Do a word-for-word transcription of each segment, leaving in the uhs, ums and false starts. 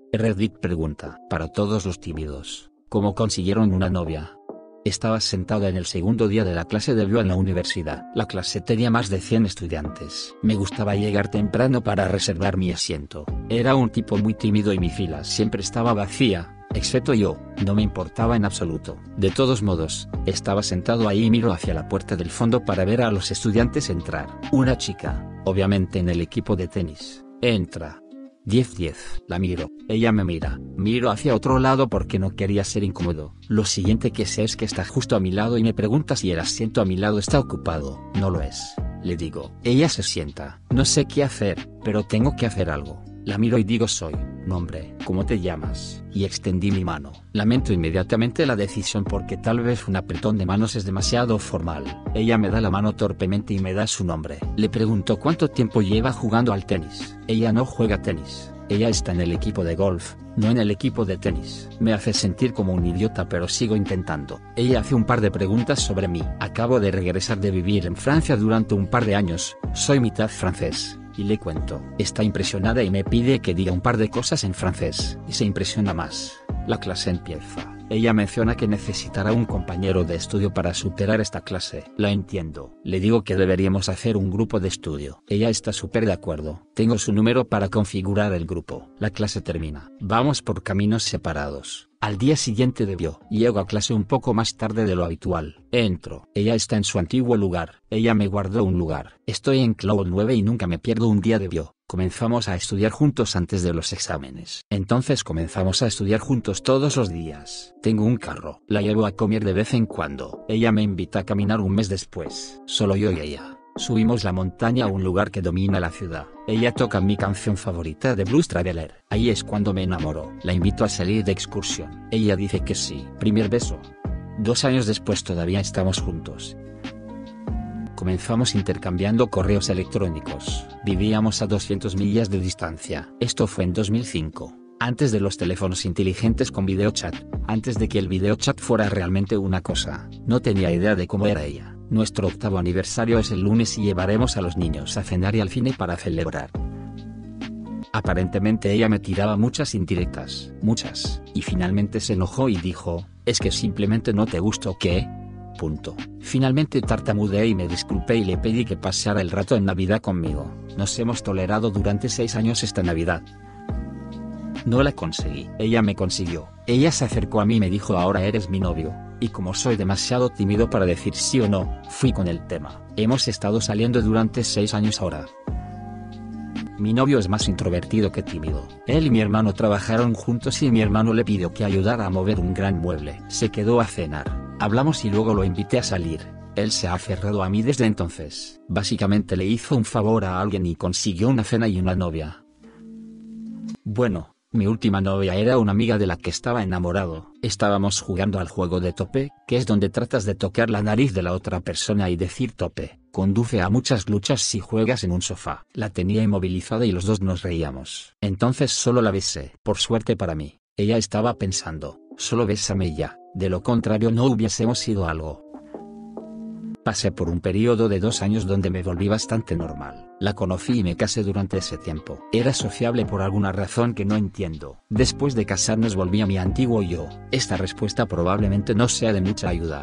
Reddit pregunta, para todos los tímidos, ¿cómo consiguieron una novia? Estaba sentada en el segundo día de la clase de bio en la universidad. La clase tenía más de cien estudiantes. Me gustaba llegar temprano para reservar mi asiento. Era un tipo muy tímido y mi fila siempre estaba vacía, excepto yo. No me importaba en absoluto. De todos modos, estaba sentado ahí y miro hacia la puerta del fondo para ver a los estudiantes entrar. Una chica, obviamente en el equipo de tenis, entra. diez diez. La miro, ella me mira, miro hacia otro lado porque no quería ser incómodo. Lo siguiente que sé es que está justo a mi lado y me pregunta si el asiento a mi lado está ocupado. No lo es, le digo. Ella se sienta. No sé qué hacer, pero tengo que hacer algo. La miro y digo soy, nombre, ¿cómo te llamas? Y extendí mi mano. Lamento inmediatamente la decisión porque tal vez un apretón de manos es demasiado formal. Ella me da la mano torpemente y me da su nombre. Le pregunto cuánto tiempo lleva jugando al tenis. Ella no juega tenis. Ella está en el equipo de golf, no en el equipo de tenis. Me hace sentir como un idiota pero sigo intentando. Ella hace un par de preguntas sobre mí. Acabo de regresar de vivir en Francia durante un par de años. Soy mitad francés. Y le cuento. Está impresionada y me pide que diga un par de cosas en francés. Y se impresiona más. La clase empieza. Ella menciona que necesitará un compañero de estudio para superar esta clase. La entiendo. Le digo que deberíamos hacer un grupo de estudio. Ella está súper de acuerdo. Tengo su número para configurar el grupo. La clase termina. Vamos por caminos separados. Al día siguiente de bio, llego a clase un poco más tarde de lo habitual. Entro. Ella está en su antiguo lugar. Ella me guardó un lugar. Estoy en Cloud nueve y nunca me pierdo un día de bio. Comenzamos a estudiar juntos antes de los exámenes. Entonces comenzamos a estudiar juntos todos los días. Tengo un carro. La llevo a comer de vez en cuando. Ella me invita a caminar un mes después. Solo yo y ella. Subimos la montaña a un lugar que domina la ciudad. Ella toca mi canción favorita de Blues Traveler. Ahí es cuando me enamoro. La invito a salir de excursión. Ella dice que sí. Primer beso. Dos años después todavía estamos juntos. Comenzamos intercambiando correos electrónicos. Vivíamos a doscientas millas de distancia. Esto fue en dos mil cinco. Antes de los teléfonos inteligentes con videochat. Antes de que el videochat fuera realmente una cosa. No tenía idea de cómo era ella. Nuestro octavo aniversario es el lunes y llevaremos a los niños a cenar y al cine para celebrar. Aparentemente ella me tiraba muchas indirectas, muchas, y finalmente se enojó y dijo, ¿es que simplemente no te gusto o qué? Punto. Finalmente tartamudeé y me disculpé y le pedí que pasara el rato en Navidad conmigo. Nos hemos tolerado durante seis años esta Navidad. No la conseguí. Ella me consiguió. Ella se acercó a mí y me dijo ahora eres mi novio. Y como soy demasiado tímido para decir sí o no, fui con el tema. Hemos estado saliendo durante seis años ahora. Mi novio es más introvertido que tímido. Él y mi hermano trabajaron juntos y mi hermano le pidió que ayudara a mover un gran mueble. Se quedó a cenar. Hablamos y luego lo invité a salir. Él se ha aferrado a mí desde entonces. Básicamente le hizo un favor a alguien y consiguió una cena y una novia. Bueno. Mi última novia era una amiga de la que estaba enamorado. Estábamos jugando al juego de tope, que es donde tratas de tocar la nariz de la otra persona y decir tope. Conduce a muchas luchas si juegas en un sofá. La tenía inmovilizada y los dos nos reíamos. Entonces solo la besé. Por suerte para mí, ella estaba pensando, solo bésame ya, de lo contrario no hubiésemos sido algo. Pasé por un periodo de dos años donde me volví bastante normal. La conocí y me casé durante ese tiempo. Era sociable por alguna razón que no entiendo. Después de casarnos volví a mi antiguo yo. Esta respuesta probablemente no sea de mucha ayuda.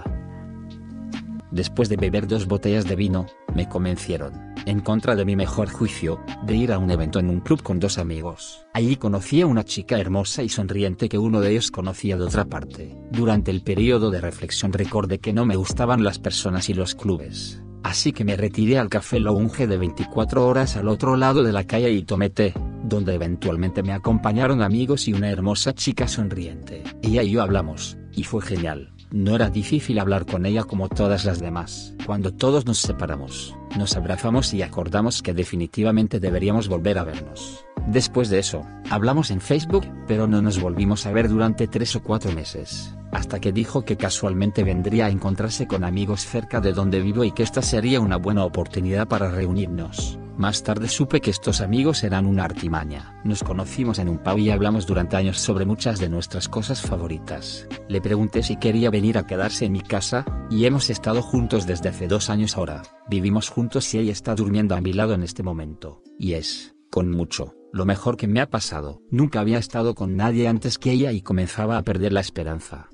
Después de beber dos botellas de vino, me convencieron, en contra de mi mejor juicio, de ir a un evento en un club con dos amigos. Allí conocí a una chica hermosa y sonriente que uno de ellos conocía de otra parte. Durante el periodo de reflexión recordé que no me gustaban las personas y los clubes. Así que me retiré al Café Lounge de veinticuatro horas al otro lado de la calle y tomé té, donde eventualmente me acompañaron amigos y una hermosa chica sonriente. Ella y yo hablamos, y fue genial. No era difícil hablar con ella como todas las demás. Cuando todos nos separamos, nos abrazamos y acordamos que definitivamente deberíamos volver a vernos. Después de eso, hablamos en Facebook, pero no nos volvimos a ver durante tres o cuatro meses. Hasta que dijo que casualmente vendría a encontrarse con amigos cerca de donde vivo y que esta sería una buena oportunidad para reunirnos. Más tarde supe que estos amigos eran una artimaña. Nos conocimos en un pub y hablamos durante años sobre muchas de nuestras cosas favoritas. Le pregunté si quería venir a quedarse en mi casa, y hemos estado juntos desde hace dos años ahora. Vivimos juntos y ella está durmiendo a mi lado en este momento. Y es, con mucho, lo mejor que me ha pasado. Nunca había estado con nadie antes que ella y comenzaba a perder la esperanza.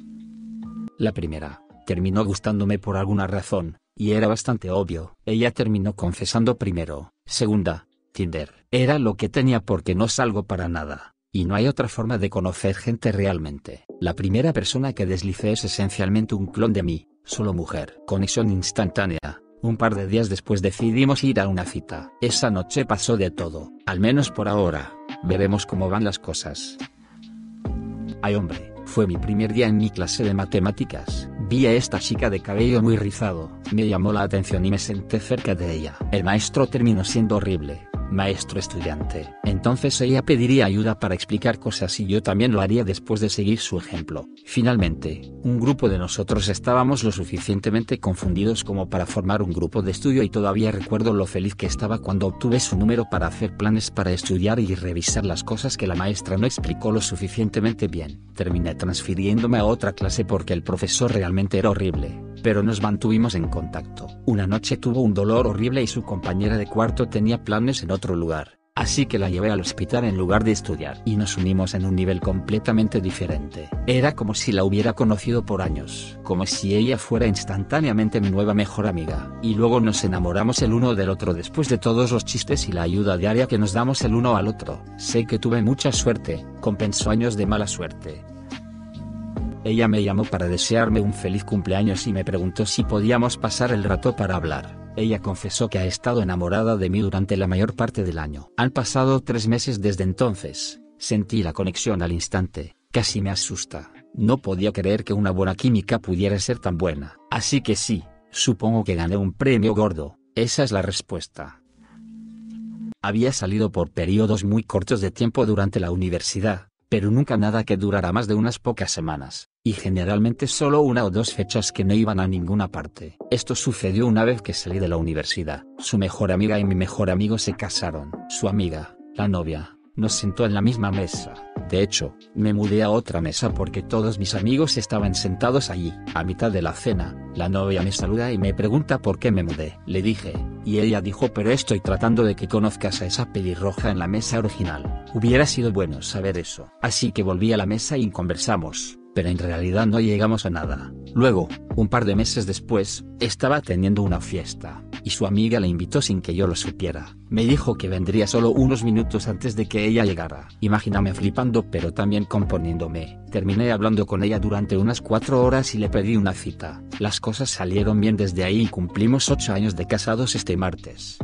La primera terminó gustándome por alguna razón, y era bastante obvio. Ella terminó confesando primero. Segunda, Tinder. Era lo que tenía porque no salgo para nada, y no hay otra forma de conocer gente realmente. La primera persona que deslicé es esencialmente un clon de mí, solo mujer. Conexión instantánea. Un par de días después decidimos ir a una cita. Esa noche pasó de todo, al menos por ahora. Veremos cómo van las cosas. Ay hombre, fue mi primer día en mi clase de matemáticas. Vi a esta chica de cabello muy rizado, me llamó la atención y me senté cerca de ella. El maestro terminó siendo horrible. Maestro-estudiante. Entonces ella pediría ayuda para explicar cosas y yo también lo haría después de seguir su ejemplo. Finalmente, un grupo de nosotros estábamos lo suficientemente confundidos como para formar un grupo de estudio y todavía recuerdo lo feliz que estaba cuando obtuve su número para hacer planes para estudiar y revisar las cosas que la maestra no explicó lo suficientemente bien. Terminé transfiriéndome a otra clase porque el profesor realmente era horrible, pero nos mantuvimos en contacto. Una noche tuvo un dolor horrible y su compañera de cuarto tenía planes en otro lugar, así que la llevé al hospital en lugar de estudiar y nos unimos en un nivel completamente diferente. Era como si la hubiera conocido por años, como si ella fuera instantáneamente mi nueva mejor amiga. Y luego nos enamoramos el uno del otro después de todos los chistes y la ayuda diaria que nos damos el uno al otro. Sé que tuve mucha suerte, compensó años de mala suerte. Ella me llamó para desearme un feliz cumpleaños y me preguntó si podíamos pasar el rato para hablar. Ella confesó que ha estado enamorada de mí durante la mayor parte del año. Han pasado tres meses desde entonces. Sentí la conexión al instante. Casi me asusta. No podía creer que una buena química pudiera ser tan buena. Así que sí, supongo que gané un premio gordo. Esa es la respuesta. Había salido por periodos muy cortos de tiempo durante la universidad, pero nunca nada que durara más de unas pocas semanas, y generalmente solo una o dos fechas que no iban a ninguna parte. Esto sucedió una vez que salí de la universidad. Su mejor amiga y mi mejor amigo se casaron. Su amiga, la novia, nos sentó en la misma mesa. De hecho, me mudé a otra mesa porque todos mis amigos estaban sentados allí. A mitad de la cena, la novia me saluda y me pregunta por qué me mudé. Le dije, y ella dijo, pero estoy tratando de que conozcas a esa pelirroja en la mesa original. Hubiera sido bueno saber eso. Así que volví a la mesa y conversamos, pero en realidad no llegamos a nada. Luego, un par de meses después, estaba teniendo una fiesta, y su amiga la invitó sin que yo lo supiera. Me dijo que vendría solo unos minutos antes de que ella llegara. Imagíname flipando pero también componiéndome. Terminé hablando con ella durante unas cuatro horas y le pedí una cita. Las cosas salieron bien desde ahí y cumplimos ocho años de casados este martes.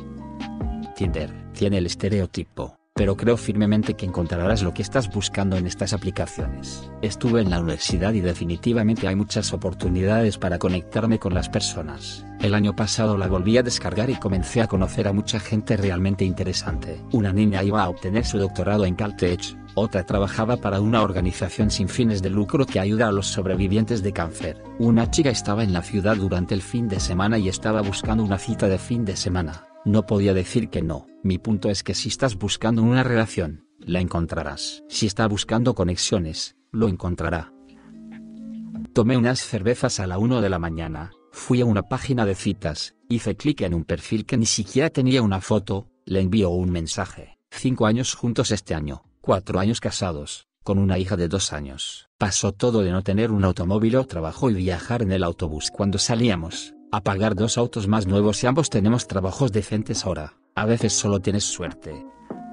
Tinder tiene el estereotipo, pero creo firmemente que encontrarás lo que estás buscando en estas aplicaciones. Estuve en la universidad y definitivamente hay muchas oportunidades para conectarme con las personas. El año pasado la volví a descargar y comencé a conocer a mucha gente realmente interesante. Una niña iba a obtener su doctorado en Caltech, otra trabajaba para una organización sin fines de lucro que ayuda a los sobrevivientes de cáncer. Una chica estaba en la ciudad durante el fin de semana y estaba buscando una cita de fin de semana. No podía decir que no. Mi punto es que si estás buscando una relación, la encontrarás. Si está buscando conexiones, lo encontrará. Tomé unas cervezas a la una de la mañana, fui a una página de citas, hice clic en un perfil que ni siquiera tenía una foto, le envió un mensaje. Cinco años juntos este año, cuatro años casados, con una hija de dos años. Pasó todo de no tener un automóvil o trabajo y viajar en el autobús cuando salíamos, a pagar dos autos más nuevos y ambos tenemos trabajos decentes ahora. A veces solo tienes suerte.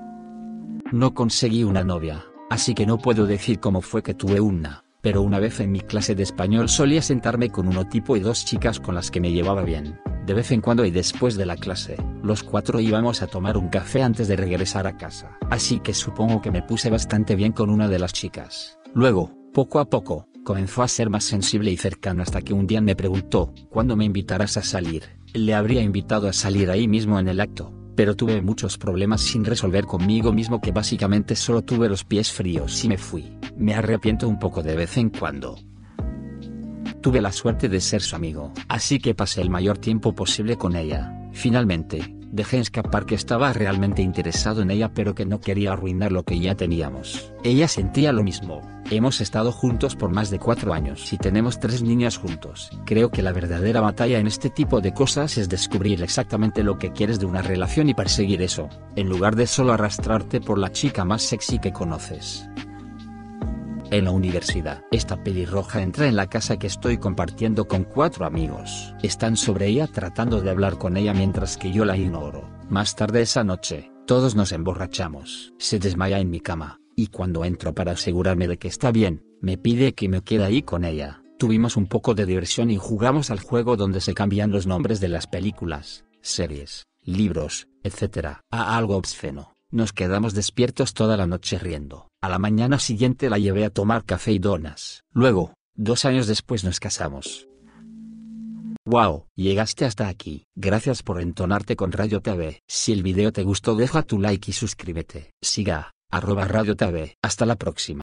No conseguí una novia, así que no puedo decir cómo fue que tuve una, pero una vez en mi clase de español solía sentarme con uno tipo y dos chicas con las que me llevaba bien. De vez en cuando y después de la clase, los cuatro íbamos a tomar un café antes de regresar a casa. Así que supongo que me puse bastante bien con una de las chicas. Luego, poco a poco, comenzó a ser más sensible y cercano hasta que un día me preguntó, ¿cuándo me invitarás a salir? Le habría invitado a salir ahí mismo en el acto, pero tuve muchos problemas sin resolver conmigo mismo que básicamente solo tuve los pies fríos y me fui. Me arrepiento un poco de vez en cuando. Tuve la suerte de ser su amigo, así que pasé el mayor tiempo posible con ella. Finalmente, Dejé escapar que estaba realmente interesado en ella pero que no quería arruinar lo que ya teníamos. Ella sentía lo mismo. Hemos estado juntos por más de cuatro años y tenemos tres niñas juntos. Creo que la verdadera batalla en este tipo de cosas es descubrir exactamente lo que quieres de una relación y perseguir eso, en lugar de solo arrastrarte por la chica más sexy que conoces. En la universidad, esta pelirroja entra en la casa que estoy compartiendo con cuatro amigos. Están sobre ella tratando de hablar con ella mientras que yo la ignoro. Más tarde esa noche, todos nos emborrachamos. Se desmaya en mi cama, y cuando entro para asegurarme de que está bien, me pide que me quede ahí con ella. Tuvimos un poco de diversión y jugamos al juego donde se cambian los nombres de las películas, series, libros, etcétera, a algo obsceno. Nos quedamos despiertos toda la noche riendo. A la mañana siguiente la llevé a tomar café y donas. Luego, dos años después nos casamos. Wow, llegaste hasta aquí. Gracias por entonarte con Radio T V. Si el video te gustó deja tu like y suscríbete. Siga, arroba Radio T V. Hasta la próxima.